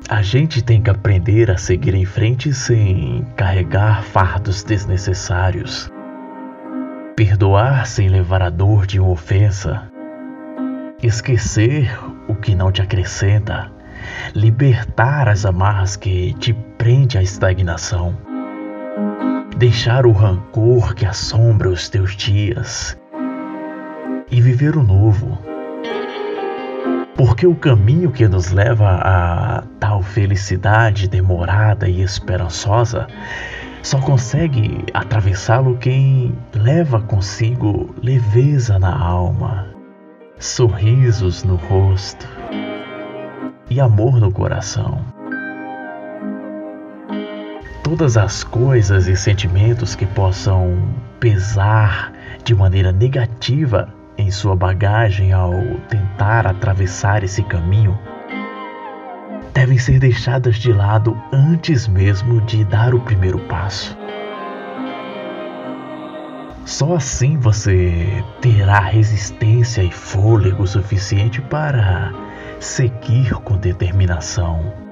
A gente tem que aprender a seguir em frente sem carregar fardos desnecessários. Perdoar sem levar a dor de uma ofensa. Esquecer o que não te acrescenta. Libertar as amarras que te prende à estagnação. Deixar o rancor que assombra os teus dias. E viver o novo. Porque o caminho que nos leva a tal felicidade demorada e esperançosa só consegue atravessá-lo quem leva consigo leveza na alma, sorrisos no rosto e amor no coração. Todas as coisas e sentimentos que possam pesar de maneira negativa em sua bagagem ao tentar atravessar esse caminho devem ser deixadas de lado antes mesmo de dar o primeiro passo. Só assim você terá resistência e fôlego suficiente para seguir com determinação.